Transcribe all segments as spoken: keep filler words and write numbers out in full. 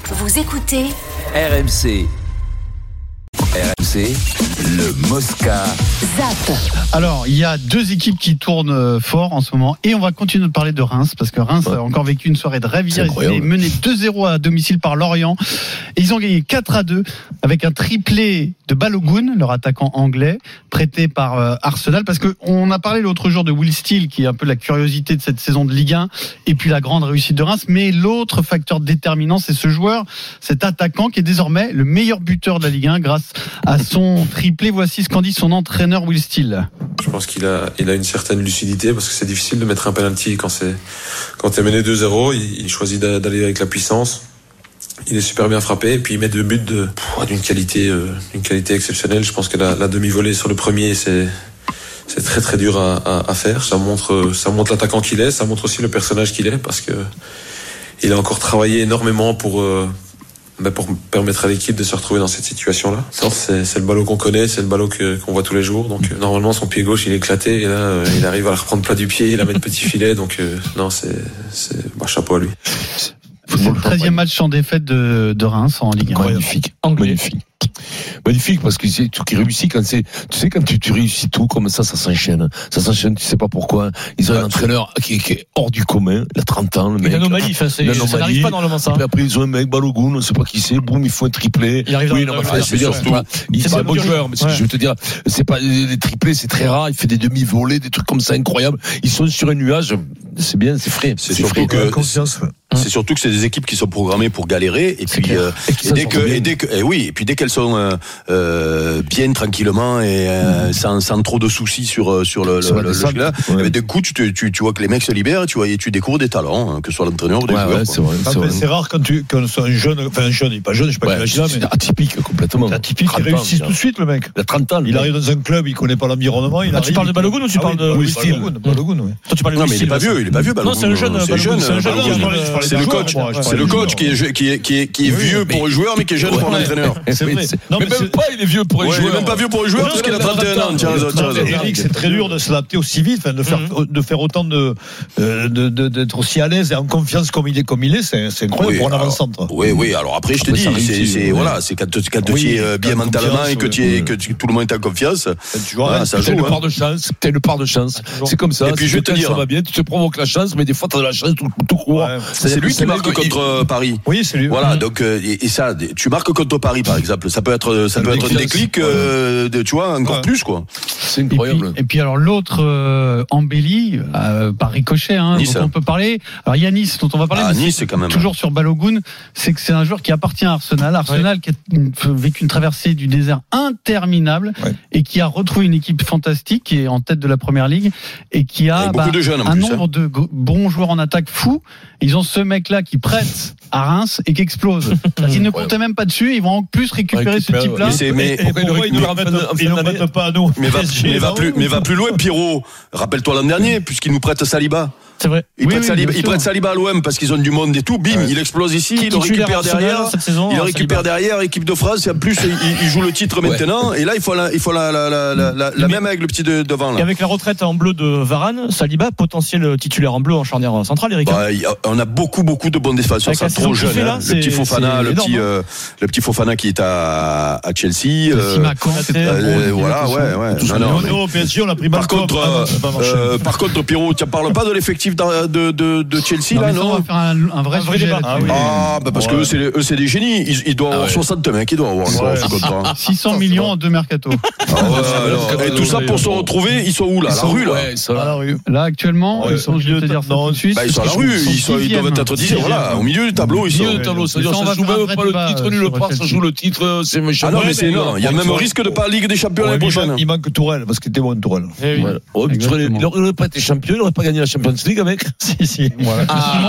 Vous écoutez R M C. R M C, le Mosca. Zap. Alors, il y a deux équipes qui tournent fort en ce moment et on va continuer de parler de Reims parce que Reims ouais. a encore vécu une soirée de rêve hier. Ils étaient menés deux zéro à domicile par Lorient et ils ont gagné quatre à deux avec un triplé de Balogun, leur attaquant anglais, prêté par euh, Arsenal, parce que on a parlé l'autre jour de Will Steele qui est un peu la curiosité de cette saison de Ligue un et puis la grande réussite de Reims, mais l'autre facteur déterminant, c'est ce joueur, cet attaquant qui est désormais le meilleur buteur de la Ligue un grâce à son triplé. Voici ce qu'en dit son entraîneur Will Steele. Je pense qu'il a, il a une certaine lucidité parce que c'est difficile de mettre un penalty quand c'est, quand t'es mené deux zéro. Il, il choisit d'aller avec la puissance. Il est super bien frappé et puis il met deux buts de, d'une qualité, euh, d'une qualité exceptionnelle. Je pense que la, la demi-volée sur le premier, c'est, c'est très très dur à, à, à faire. Ça montre, ça montre l'attaquant qu'il est. Ça montre aussi le personnage qu'il est parce que il a encore travaillé énormément pour, euh, bah pour permettre à l'équipe de se retrouver dans cette situation-là. C'est, c'est le ballot qu'on connaît, c'est le ballot que, qu'on voit tous les jours. Donc euh, normalement son pied gauche il est éclaté et là euh, il arrive à le reprendre plat du pied, il la met de petit filet. Donc euh, non, c'est, c'est bah, chapeau à lui. C'est le treizième match sans défaite de, de Reims en Ligue un. Magnifique, magnifique. Magnifique parce que c'est tout qui réussit quand c'est, tu sais, quand tu, tu réussis tout comme ça, ça s'enchaîne. Ça s'enchaîne, tu sais pas pourquoi. Ils ont un entraîneur qui, qui est hors du commun, il a trente ans, le mec. Une anomalie, enfin, c'est, ça n'arrive pas normalement ça. Après, après, ils ont un mec, Balogun, on sait pas qui c'est, boum, il faut un triplé. Il arrive oui, dans non, le enfin, c'est surtout, c'est un bon joueur, mais je veux te dire, c'est pas, les triplés, c'est très rare, il fait des demi-volées, des trucs comme ça incroyables. Ils sont sur un nuage, c'est bien, c'est frais. C'est surtout que, c'est surtout que c'est des équipes qui sont programmées pour galérer et puis euh, et dès que et dès que et oui et puis dès qu'elles sont euh, euh, bien tranquillement et euh, sans, sans trop de soucis sur sur le sur le, le, le là ouais. D'un coup tu, te, tu tu vois que les mecs se libèrent et tu vois et tu découvres des talents hein, que ce soit l'entraîneur ou des ouais, joueurs. Ouais, c'est vrai, c'est, vrai. C'est rare quand tu quand un jeune enfin un jeune il est pas jeune je sais pas ouais, quel âge il a mais c'est atypique complètement. C'est atypique il réussit tout de suite le mec. Il a trente ans. Il arrive dans un club il connaît pas l'environnement. Il tu parles de Balogun ou tu parles de Will Steele? Balogun oui. Toi tu parles de non mais il est pas vieux il est pas vieux Balogun. Non c'est un jeune c'est jeune c'est le coach c'est le coach qui est qui est qui est qui est vieux pour le joueur mais qui est jeune pour l'entraîneur. C'est vrai. Non mais même pas il est vieux pour les joueurs. Il est même pas vieux pour les joueurs parce qu'il a trente et un ans. Tiens Eric c'est très dur de s'adapter aussi vite enfin de faire de faire autant de de d'être aussi à l'aise et en confiance comme il est comme il est c'est c'est incroyable pour un avant-centre. Oui oui alors après je te dis c'est c'est voilà c'est quand quand tu es bien mentalement et que tu es que tout le monde est en confiance ça joue. T'as une part de chance t'as une part de chance c'est comme ça. Et puis je vais te dire ça va bien tu te provoques la chance mais des fois t'as de la chance tout court. C'est lui qui marque contre Paris. Oui c'est lui. Voilà donc et ça tu marques contre Paris par exemple ça peut être ça peut être un déclic euh, de, tu vois encore ouais. plus quoi c'est incroyable et puis, et puis alors l'autre euh, embellie euh, par ricochet hein, nice, dont on peut parler alors il y a Nice dont on va parler ah, mais Nice, c'est quand même toujours sur Balogun c'est que c'est un joueur qui appartient à Arsenal Arsenal ouais. qui a vécu une traversée du désert interminable ouais. et qui a retrouvé une équipe fantastique qui est en tête de la première ligue et qui a bah, de jeunes, un plus, nombre hein. de bons joueurs en attaque fou ils ont ce mec là qui prête à Reims et qui explose ils ne comptaient même pas dessus ils vont en plus récupérer ce type là mais, mais pourquoi ils ne prêtent pas à nous mais va, mais va plus mais va plus loin Pierrot rappelle-toi l'an dernier puisqu'il nous prête Saliba. C'est vrai. Il, oui, prête, oui, Saliba, il prête Saliba à l'O M parce qu'ils ont du monde et tout. Bim, ouais. il explose ici, il le récupère derrière. Saison, il le récupère Saliba. Derrière, équipe de France. Et en plus, il, il joue le titre ouais. maintenant. Et là, il faut la, il faut la, la, la, la, la, la même avec le petit de, devant. Là. Et avec la retraite en bleu de Varane, Saliba, potentiel titulaire en bleu en charnière centrale, Eric. Bah, on a beaucoup, beaucoup de bons défenseurs. C'est trop jeune. Là, hein. Le petit Fofana, le petit, euh, le petit Fofana qui est à, à Chelsea. Euh, euh, voilà, ouais, ouais. Non, non, non, P S G, on a pris Par contre, par contre, Pierrot, tu ne parles pas de l'effectif de De, de Chelsea non, là non on va faire un, un vrai, un vrai sujet ah, oui. ah bah parce ouais. que eux c'est, eux c'est des génies ils, ils doivent ah, avoir ouais. soixante mecs ils doivent avoir ouais. six cents millions en deux mercato ah, ouais, alors, et tout ça pour se retrouver ils sont où là à la rue là ouais, ils sont à la rue là actuellement ils sont je vais te dire ça tout de suite ils sont à la rue ils doivent être dix voilà au milieu du tableau ils sont au milieu du tableau ça joue même pas le titre nulle part ça joue le titre c'est méchant ah non mais c'est énorme il y a même risque de pas Ligue des Champions l'année prochaine il manque Tourelle parce qu'il était bon Tourelle il n'aurait pas été champion il n'aurait pas gagné la Champions League mec si si voilà.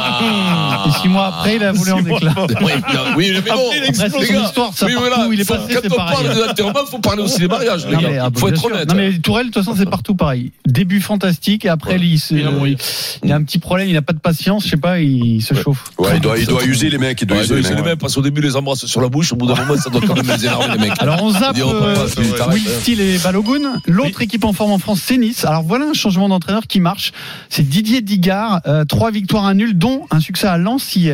Ah. Et six mois après, il a volé en éclat. Oui, oui, mais bon, après, son histoire, ça oui, voilà, où il est passé, quand c'est on pareil. parle de l'enterrement, il faut parler aussi des mariages, les gars. Il faut être honnête. Non, mais Tourelle, de toute façon, c'est partout pareil. Début fantastique, et après, il, il a un petit problème, il n'a pas de patience, je sais pas, il se chauffe. Ouais, il doit, il doit user les mecs, il doit user les mecs. Parce qu'au début, les embrasse sur la bouche, au bout d'un moment, ça doit quand même les énerver, les mecs. Alors, on zappe Will Steele et Balogun. L'autre équipe en forme en France, c'est Nice. Alors, voilà un changement d'entraîneur qui marche. C'est Didier Digard, trois victoires à nul, dont un succès à Lens hier.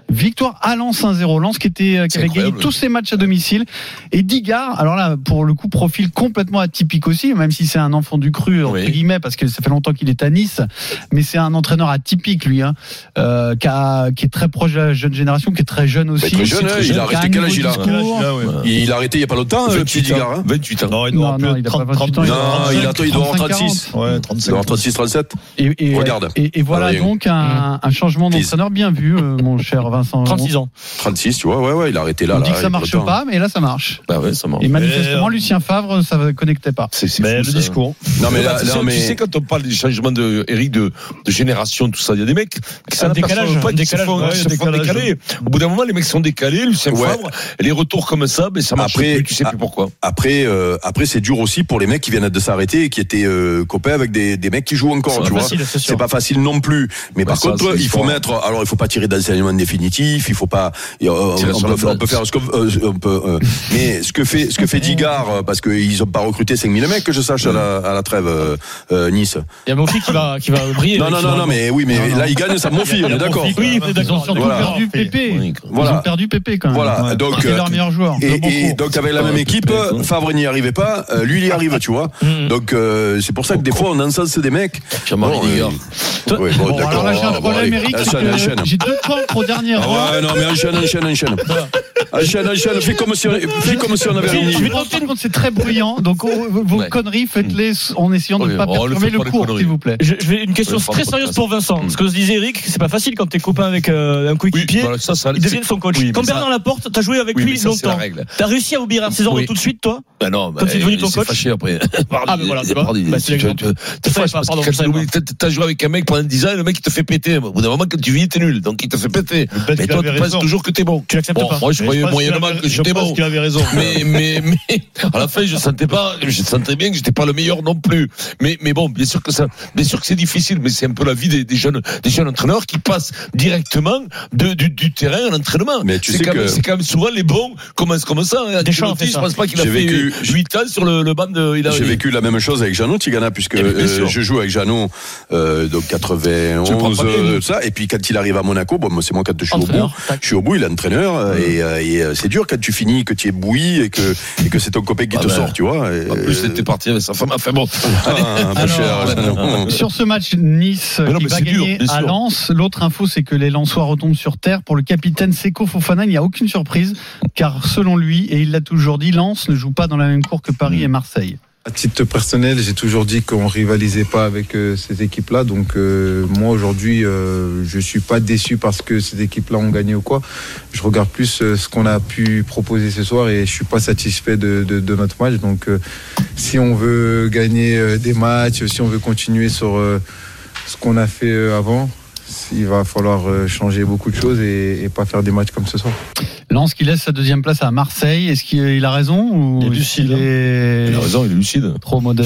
Victoire à Lens un zéro. Lens qui était qui avait gagné tous ses matchs à domicile. Et Digard, alors là pour le coup profil complètement atypique aussi, même si c'est un enfant du cru entre oui. guillemets parce que ça fait longtemps qu'il est à Nice, mais c'est un entraîneur atypique lui, hein, euh, qui, a, qui est très proche de la jeune génération, qui est très jeune aussi. Très jeune, très jeune, il a arrêté quel âge il a Il a arrêté il y a pas longtemps, le petit Digard. Hein. vingt-huit ans. Non, il doit non, non, il a pas vingt-huit ans. Non, il a il doit avoir trente-six. Ouais, trente-cinq. Il doit avoir trente-six, trente-sept. Et, et, Regarde. Et, et voilà donc un, un changement d'entraîneur bien vu, euh, mon cher Vincent. trente-six ans. trente-six, tu vois, ouais, ouais, il a arrêté là. On là, dit que ça marche pas, mais là ça marche. Bah ouais, ça marche. Et manifestement, et Lucien Favre, ça ne connectait pas. C'est, c'est mais fou, le ça. discours. Non mais, là, là, non, mais... tu sais quand on parle des changements de Eric de, de génération, tout ça, il y a des mecs qui un décalage, pas, un décalage, se font, ouais, se font décalage. décaler. Au bout d'un moment, les mecs sont décalés. Lucien Ouais. Favre, et les retours comme ça, ben ça marche Après, plus. Tu sais plus pourquoi. Après, euh, après c'est dur aussi pour les mecs qui viennent de s'arrêter et qui étaient euh, copains avec des, des mecs qui jouent encore. C'est tu vois, facile, c'est sûr. c'est pas facile non plus. Mais Bah, par ça, contre, c'est il faut fort. mettre. Alors, il faut pas tirer d'enseignement définitif. Il faut pas. Euh, on, Tirer sur peut, la on peut faire ce qu'on euh, on peut. Euh, mais ce que fait, ce que fait Digard, euh, parce qu'ils ont pas recruté cinq mille mecs que je sache à la, à la trêve euh, euh, Nice. Il y a Mofi qui va, qui va briller. Non, non, non, non, mais oui, mais Non, non. là il gagne sa Mofi, on est d'accord. Oui, on est Ils ont d'accord. surtout Voilà. perdu Pépé. Oui, Voilà. Ils ont perdu Pépé quand même. Voilà, Ouais. donc, C'était euh, leur meilleur joueur. Et, Bon et coup. donc avec la même équipe, Favre n'y arrivait pas, euh, lui il y arrive, tu vois. Mhm. Donc euh, c'est pour ça que des fois on encense des mecs. Jean-Marie Bon, Digard. euh, ouais, bon, Bon, d'accord. alors là j'ai un Bon, problème, allez, Eric, c'est enchaîne, que enchaîne. j'ai deux cancres au dernier rang. Ah ouais, non mais enchaîne, enchaîne, enchaîne. Enchaîne, enchaîne, fais comme si on, fais comme si on avait Je rien vais dit. me rendre compte que c'est très bruyant, donc oh, vos Ouais. conneries, faites-les en essayant de ne Oui, pas oh, ne perturber faites le pas les cours, conneries. s'il vous plaît. Je, je vais une question Ouais, très pas sérieuse podcast. pour Vincent. Ce que se disait Eric, c'est pas facile quand t'es copain avec euh, un Oui, coéquipier. voilà, ça, ça, Il devient son coach. oui, Quand mais ça- Bernard Laporte, t'as joué avec oui, mais lui ça, c'est la longtemps. règle. T'as réussi à obéir à ses ordres Oui. tout de suite, toi Ben non, Quand il est devenu ton s'est coach fâché après. Ah, mais voilà, tu vois. Bah, c'est l'exemple. T'es Je savais fâché pas, parce pardon, que je savais quand pas. tu- t'as joué avec un mec pendant dix ans et le mec il te fait péter. Au bout d'un moment, quand tu vis, t'es nul. Donc il te fait péter. Peut-être Mais qu'il toi, avait tu penses raison. toujours que t'es bon. Tu l'acceptes Bon, pas moi, je Mais croyais pense moyennement qu'il avait- que je j'étais pense bon. qu'il avait raison. Mais, mais, mais, à la fin, je sentais pas, je sentais bien que j'étais pas le meilleur non plus. Mais, mais bon, bien sûr que ça, bien sûr que c'est difficile, mais c'est un peu la vie des, des jeunes, des jeunes entraîneurs qui passent directement de, du, du terrain à l'entraînement. Mais tu c'est sais quand que- même, c'est quand même souvent les bons commencent comme ça. Hein. Deschamps Ancelotti, fait ça. je pense pas qu'il a J'ai fait vécu- huit ans sur le, le banc de, il a, J'ai vécu la même chose avec Jeannot Tigana puisque Eh bien, bien euh, sûr. je joue avec Jeannot euh, donc Tu le prends quatre-vingt-onze pas bien, euh, lui. ça et puis quand il arrive à Monaco bon moi c'est moi quand je suis au bout Entraîneur, tac. je suis au bout il est entraîneur euh, et, euh, et euh, c'est dur quand tu finis que tu es bouilli et que et que c'est ton copain qui Ah te ben, sort tu vois et, en plus, t'étais parti avec sa femme. Enfin bon. ah, un peu Alors, cher Jeannot. Sur ce match, Nice Mais non, qui mais va c'est dur, gagner bien à sûr. Lens. L'autre info, c'est que les Lensois retombent sur terre. Pour le capitaine Seko Fofana, il n'y a aucune surprise, car selon lui, et il l'a toujours dit, Lens ne joue pas dans la même cour que Paris et Marseille. À titre personnel, j'ai toujours dit qu'on rivalisait pas avec euh, ces équipes-là. Donc euh, moi aujourd'hui, euh, je suis pas déçu parce que ces équipes-là ont gagné ou quoi. Je regarde plus euh, ce qu'on a pu proposer ce soir et je suis pas satisfait de, de, de notre match. Donc euh, si on veut gagner euh, des matchs, si on veut continuer sur euh, ce qu'on a fait euh, avant, il va falloir euh, changer beaucoup de choses et, et pas faire des matchs comme ce soir. Lens qui laisse sa deuxième place à Marseille. Est-ce qu'il a raison ou Il est est-ce lucide, qu'il est Il a raison, il est lucide. trop modeste?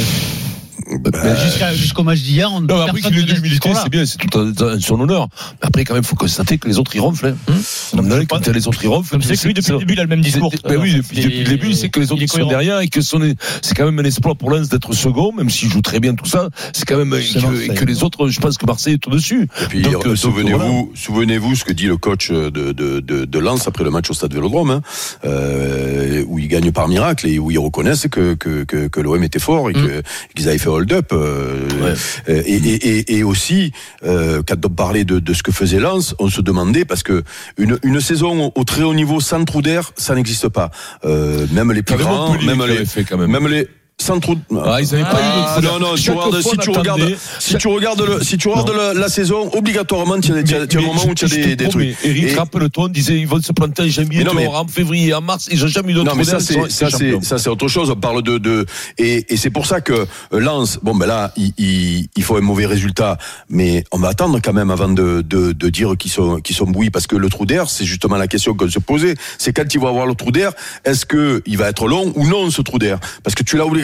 Mais jusqu'à, jusqu'au match d'hier, on ne Non, mais après qu'il ait de l'humilité, c'est bien, c'est tout en son honneur. Mais après, quand même, il faut constater que les autres, ils ronflent. Hein. Hum. Donc, là, quand les autres, ils ronflent. Comme c'est que lui, depuis le début, il a le même discours. Ben oui, depuis, depuis le début, il sait que les autres il est sont cohérent. derrière et que son, c'est quand même un espoir pour Lens d'être second, même s'il joue très bien tout ça. C'est quand même C'est que, Marseille. que les autres, je pense que Marseille est au-dessus. Et puis Donc, euh, euh, souvenez-vous, donc, voilà. souvenez-vous ce que dit le coach de de de, de Lens après le match au Stade Vélodrome, hein, euh, où ils gagnent par miracle et où ils reconnaissent que que que, que l'O M était fort et Mm. que qu'ils avaient fait hold-up. Euh, Ouais. euh, et, et et et aussi euh, quand on parlait de de ce que faisait Lens, on se demandait parce que une une saison au, au très haut niveau sans trou d'air, ça n'existe pas. Euh, même les plus Quand même, grands, Montpellier même qui les avait fait quand même. même les sans trou. Ah, ils avaient pas Ah, eu de- non, non, si tu Chaque regardes, fois, si tu on regardes, attendait- si tu regardes le, si tu regardes la, la saison, obligatoirement, tu as, tu as, tu as un Mais moment je- où tu as je te des, des promets, trucs. Eric, Et- rappelle-toi, on disait, ils vont se planter en janvier, Mais non, tu mais- vois, en février, en mars, ils n'ont jamais eu d'autre Non, mais ça, modèle, c'est, ils sont- ça, ils sont c'est, champions. ça, c'est autre chose. On parle de, de, et, et c'est pour ça que euh, Lens, bon, ben là, il, il, il faut un mauvais résultat, mais on va attendre quand même avant de, de, de dire qu'ils sont, qu'ils sont bouillis, parce que le trou d'air, c'est justement la question qu'on se posait. C'est quand ils vont avoir le trou d'air, est-ce que il va être long ou non, ce trou d'air? Parce que tu l'as obligatoirement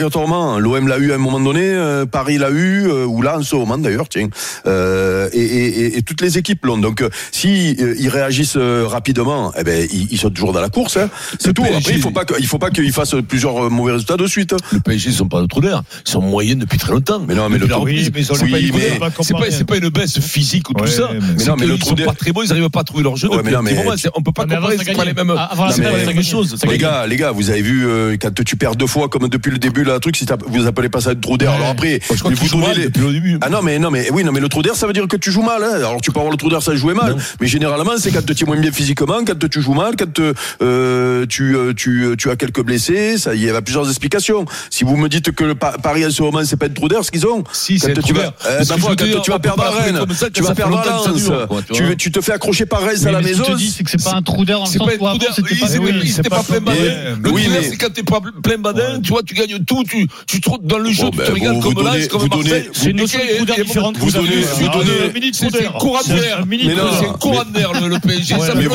obligatoirement. L'O M l'a eu à un moment donné, euh, Paris l'a eu, euh, ou là en ce moment d'ailleurs, tiens. Euh, et, et, et toutes les équipes l'ont. Donc, euh, si euh, ils réagissent euh, rapidement, eh ben ils, ils sont toujours dans la course. Hein. C'est le tout. P S G, après, il faut pas que, il faut pas qu'ils fassent plusieurs mauvais résultats de suite. Le P S G, ils sont pas de trou d'air. Ils sont moyens depuis très longtemps. Mais non, mais le trou oui, mais ils ont oui, pas mais c'est pas, c'est pas une baisse physique ou tout ouais, ça. Mais, mais non, mais le ils trou sont d'air... pas très bons. Ils n'arrivent pas à trouver leur jeu. Ouais, depuis mais un non, petit mais... moment. On peut pas comparer. C'est pas les mêmes. Avant la c'est pas les mêmes choses. Les gars, les gars, vous avez vu euh, quand tu perds deux fois comme depuis le début là, truc, si vous appelez pas ça de trou d'air. Ouais. Alors après, je crois que vous donnez les... depuis le début. Ah non, mais non, mais oui, non, mais le trou d'air, ça veut dire que tu joues mal. Hein. Alors tu peux avoir le trou d'air, ça jouer mal, non. Mais généralement, c'est quand tu es moins bien physiquement, quand tu joues mal, quand euh, tu, tu tu as quelques blessés. Ça, il y a plusieurs explications. Si vous me dites que le Paris en ce moment, c'est pas de trou d'air, ce qu'ils ont. Si, c'est tu vas, euh, quand tu vas perdre à Rennes, tu vas perdre à Lens, tu tu te fais accrocher par Rennes à la maison. Ce que je te dis, c'est que c'est pas un trou d'air dans le sens où avant c'était pas c'était pas plein badin. Le trou d'air, c'est quand t'es pas plein badin, tu vois, tu gagnes tout, tu tu trottes dans le jeu, tu te regardes comme Lens, comme Marseille. C'est une notion de trou d'air différente. Vous donnez, vous donnez, c'est un courant d'air. C'est un courant d'air le P S G. Ça me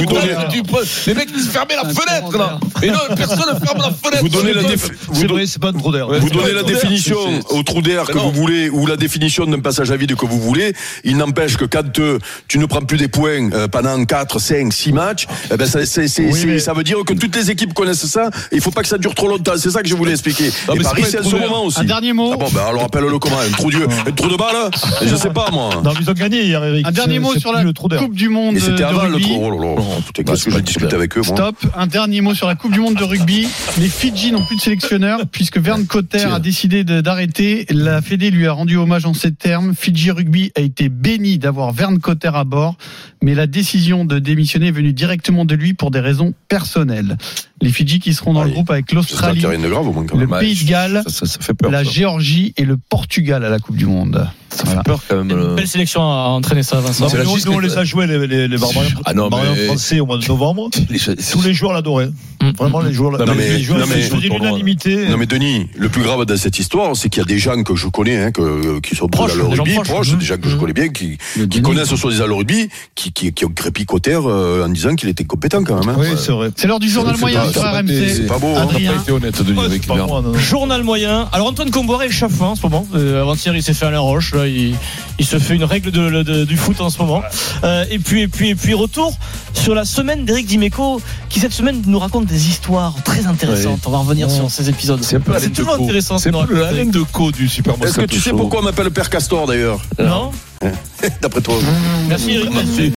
les mecs ils se fermaient la fenêtre là. Mais non, personne ne ferme la fenêtre. Vous donnez la c'est vrai, c'est pas un trou d'air. Vous donnez la définition au trou d'air que vous voulez ou la définition d'un passage à vide que vous voulez. Il n'empêche que quand tu ne prends plus des points pendant quatre, cinq, six matchs, eh ben ça, c'est, c'est, oui, mais... ça veut dire que toutes les équipes connaissent ça et il faut pas que ça dure trop longtemps. C'est ça que je voulais expliquer. Non, et Paris, c'est à ce moment aussi. Un dernier mot. Ah bon, ben alors appelle-le comment? Un trou, un trou de balle? Je sais pas, moi. Non, ils ont gagné hier, Eric. Un dernier mot sur la Coupe du Monde de rugby. Et c'était avant le trou. Oh là là. Qu'est-ce que j'ai discuté avec eux, moi? Stop. Un dernier mot sur la Coupe du Monde de rugby. Les Fidji n'ont plus de sélectionneur puisque Vern Cotter a décidé de, d'arrêter. La Fédé lui a rendu hommage en ces termes. Fidji Rugby a été béni d'avoir Vern Cotter à bord, mais la décision de démissionner est venue directement de lui pour des raisons personnelles. Les Fidji qui seront dans ah, le groupe avec l'Australie, grave, le Pays de Galles, ça, ça, ça fait peur, la ça. Géorgie et le Portugal à la Coupe du Monde. Ça voilà. fait peur quand même. Une belle sélection à entraîner ça, Vincent. Non, nous, nous on les a joués les, les, les Barbariens ah mais... français au mois de novembre. Les... Tous les joueurs l'adoraient. Mmh. Vraiment les joueurs l'adoraient. Non mais, les joueurs, non, mais, faisaient l'unanimité. Non mais Denis, le plus grave dans cette histoire, c'est qu'il y a des gens que je connais, hein, que, qui sont proches, dans le rugby, proches, des gens que je connais bien, qui, qui connaissent soi-disant le rugby, qui, qui, qui ont crépi Cotter euh, en disant qu'il était compétent quand même. Hein. Oui, c'est vrai. C'est l'heure du journal moyen sur R M C. C'est pas beau. On n'a pas été honnête, Denis, avec moi. Journal moyen. Alors Antoine Comboiré est chafouin en ce moment. Avant-hier, il s'est fait Alain Roche. Là, il il se fait une règle de, de, du foot en ce moment. Euh, et puis et puis et puis retour sur la semaine d'Éric Dimeco, qui cette semaine nous raconte des histoires très intéressantes. Oui. On va revenir ouais. sur ces épisodes. C'est un peu c'est toujours intéressant. C'est un peu la laine de co du Super Moscato. Est-ce que tu sais pourquoi on m'appelle le Père Castor d'ailleurs? Non. D'après toi. Merci Eric. Merci.